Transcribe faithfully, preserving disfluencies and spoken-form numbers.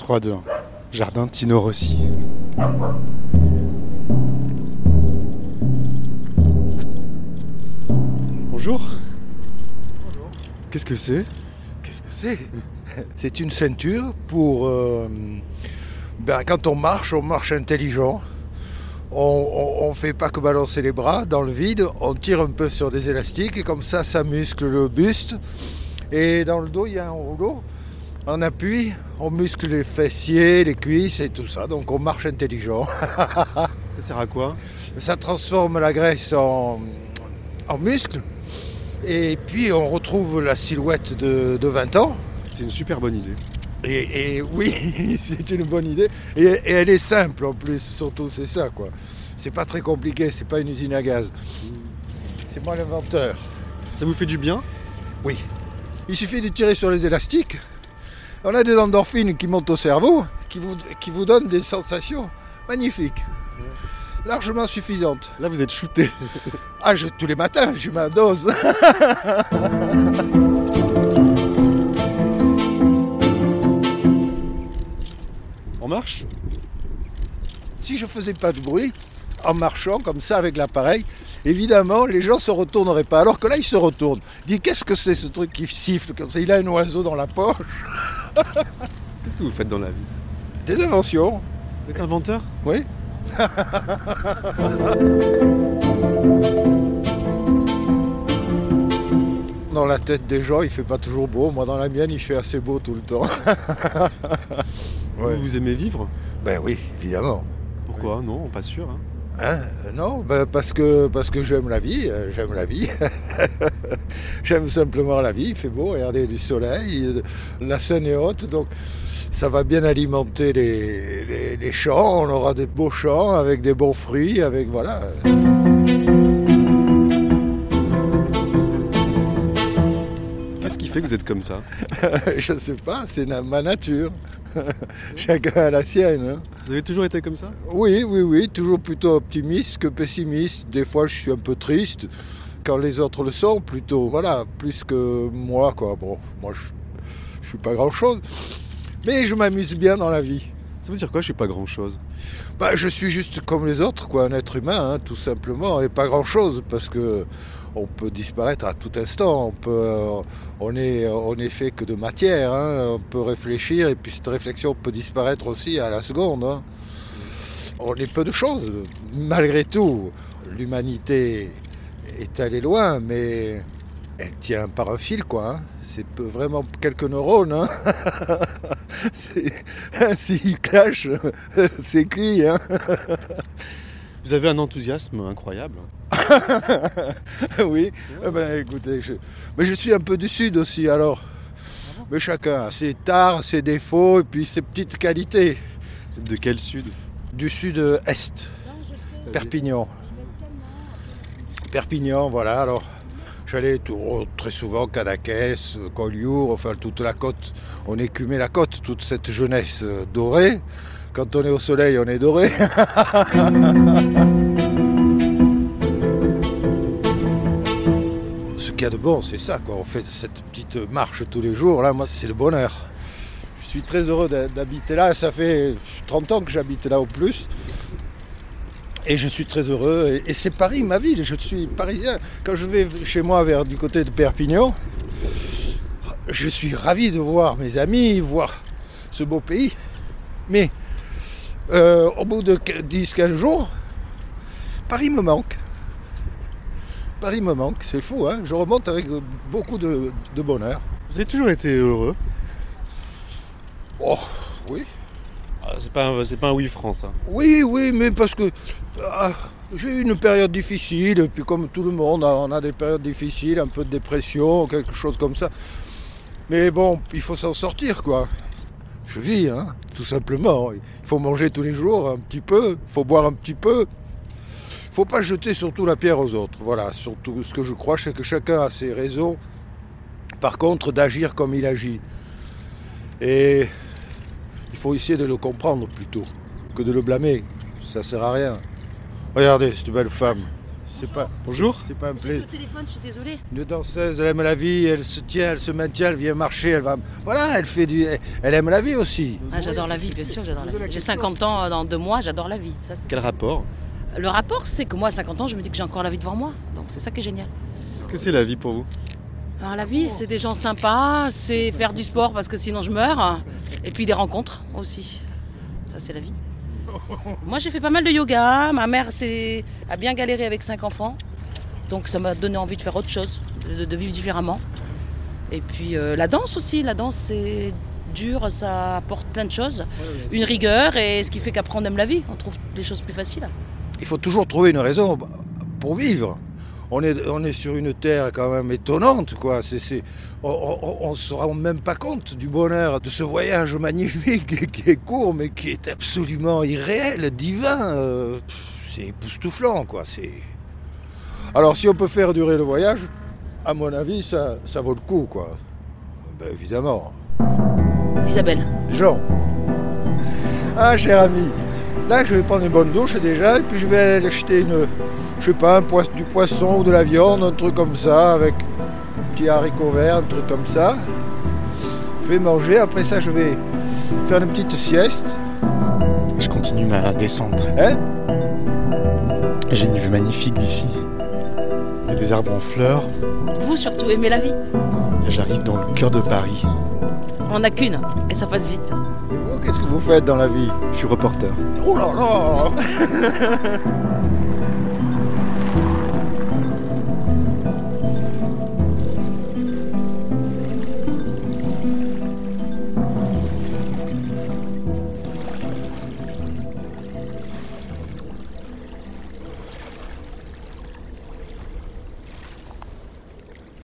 froide. Jardin Tino Rossi. Bonjour. Bonjour. Qu'est-ce que c'est ? Qu'est-ce que c'est ? C'est une ceinture pour... Euh, ben, quand on marche, on marche intelligent. On ne fait pas que balancer les bras dans le vide, on tire un peu sur des élastiques et comme ça, ça muscle le buste. Et dans le dos, il y a un rouleau. En appui, on muscle les fessiers, les cuisses et tout ça. Donc on marche intelligent. Ça sert à quoi ? Ça transforme la graisse en, en muscle. Et puis on retrouve la silhouette de, de vingt ans. C'est une super bonne idée. Et, et oui, c'est une bonne idée. Et, et elle est simple en plus, surtout c'est ça quoi. C'est pas très compliqué, c'est pas une usine à gaz. C'est moi l'inventeur. Ça vous fait du bien ? Oui. Il suffit de tirer sur les élastiques. On a des endorphines qui montent au cerveau, qui vous, qui vous donnent des sensations magnifiques. Largement suffisantes. Là vous êtes shooté. Ah, je, tous les matins, j'ai ma dose. On marche ? Si je faisais pas de bruit, en marchant comme ça avec l'appareil, évidemment, les gens se retourneraient pas. Alors que là, ils se retournent. Ils disent, qu'est-ce que c'est ce truc qui siffle comme ça ? Il a un oiseau dans la poche. Qu'est-ce que vous faites dans la vie ? Des inventions. Vous êtes inventeur ? Oui. Dans la tête des gens, il fait pas toujours beau. Moi, dans la mienne, il fait assez beau tout le temps. Ouais. Vous, vous aimez vivre ? Ben oui, évidemment. Pourquoi ? Non, pas sûr. Hein. Hein ? Non, ben parce que parce que j'aime la vie, euh, j'aime la vie. J'aime simplement la vie. Il fait beau, regardez du soleil, la Seine est haute, donc ça va bien alimenter les, les, les champs. On aura des beaux champs avec des bons fruits, avec voilà. Qu'est-ce qui fait que vous êtes comme ça ? Je sais pas, c'est na- ma nature. Chacun a la sienne. Hein. Vous avez toujours été comme ça ? Oui, oui, oui, toujours plutôt optimiste que pessimiste. Des fois, je suis un peu triste quand les autres le sont, plutôt, voilà, plus que moi, quoi. Bon, moi, je, je suis pas grand-chose, mais je m'amuse bien dans la vie. Ça veut dire quoi, je suis pas grand-chose ? Bah, je suis juste comme les autres, quoi, un être humain, hein, tout simplement, et pas grand-chose, parce que on peut disparaître à tout instant. On peut, euh, on est, on est fait que de matière. Hein, on peut réfléchir, et puis cette réflexion peut disparaître aussi à la seconde. Hein. On est peu de choses, malgré tout. L'humanité est allée loin, mais elle tient par un fil, quoi. Hein. C'est peu, vraiment quelques neurones. Hein. S'ils clashent, c'est cuit. Hein. Vous avez un enthousiasme incroyable. Oui, eh ben, écoutez, je... mais je suis un peu du Sud aussi, alors. Ah bon ? Mais chacun a ses tares, ses défauts et puis ses petites qualités. De quel Sud ? Du Sud-Est, Perpignan. Perpignan, voilà, alors. J'allais tout, très souvent Cadaqués, Collioure, enfin toute la côte. On écumait la côte, toute cette jeunesse dorée. Quand on est au soleil, on est doré. Ce qu'il y a de bon, c'est ça, quoi. On fait cette petite marche tous les jours. Là, moi, c'est le bonheur. Je suis très heureux d'habiter là. Ça fait trente ans que j'habite là au plus. Et je suis très heureux. Et c'est Paris, ma ville. Je suis parisien. Quand je vais chez moi, vers du côté de Perpignan, je suis ravi de voir mes amis, voir ce beau pays. Mais euh, au bout de dix à quinze jours, Paris me manque. Paris me manque, c'est fou, hein. Je remonte avec beaucoup de, de bonheur. Vous avez toujours été heureux ? Oh, oui. Ah, c'est pas un, c'est pas un oui franc, ça. Oui, oui, mais parce que ah, j'ai eu une période difficile, et puis comme tout le monde, on a des périodes difficiles, un peu de dépression, quelque chose comme ça. Mais bon, il faut s'en sortir, quoi. Je vis, hein, tout simplement. Il faut manger tous les jours un petit peu, il faut boire un petit peu. Il ne faut pas jeter surtout la pierre aux autres. Voilà, surtout ce que je crois, c'est que chacun a ses raisons, par contre, d'agir comme il agit. Et il faut essayer de le comprendre plutôt que de le blâmer. Ça ne sert à rien. Regardez, cette belle femme, C'est pas, Bonjour. c'est pas un J'ai plaisir. le téléphone, je suis désolée. Une danseuse, elle aime la vie, elle se tient, elle se maintient, elle vient marcher, elle va. Voilà, elle fait du. Elle aime la vie aussi. Ah, j'adore la vie, bien sûr, j'adore la Posez la vie. J'ai question. cinquante ans dans deux mois, j'adore la vie. Ça, c'est- Quel rapport? Le rapport, c'est que moi, à cinquante ans, je me dis que j'ai encore la vie devant moi. Donc c'est ça qui est génial. Qu'est-ce que c'est la vie pour vous? Alors, la vie, c'est des gens sympas, c'est faire du sport parce que sinon je meurs. Et puis des rencontres aussi. Ça, c'est la vie. Moi, j'ai fait pas mal de yoga. Ma mère c'est... a bien galéré avec cinq enfants. Donc ça m'a donné envie de faire autre chose, de, de vivre différemment. Et puis euh, la danse aussi. La danse, c'est dur, ça apporte plein de choses. Une rigueur, et ce qui fait qu'après, on aime la vie. On trouve les choses plus faciles. Il faut toujours trouver une raison pour vivre. On est, on est sur une terre quand même étonnante, quoi. C'est, c'est, on ne se rend même pas compte du bonheur de ce voyage magnifique qui est court, mais qui est absolument irréel, divin. Euh, c'est époustouflant, quoi. C'est... Alors, si on peut faire durer le voyage, à mon avis, ça, ça vaut le coup, quoi. Ben, évidemment. Isabelle. Jean. Ah, cher ami. Là, je vais prendre une bonne douche déjà, et puis je vais aller acheter une, je sais pas, un pois- du poisson ou de la viande, un truc comme ça, avec un petit haricot vert, un truc comme ça. Je vais manger, après ça, je vais faire une petite sieste. Je continue ma descente. Hein? J'ai une vue magnifique d'ici. Il y a des arbres en fleurs. Vous, surtout, aimez la vie. Et j'arrive dans le cœur de Paris. On n'a qu'une, et ça passe vite. Et vous, qu'est-ce que vous faites dans la vie? Je suis reporter. Oh là là!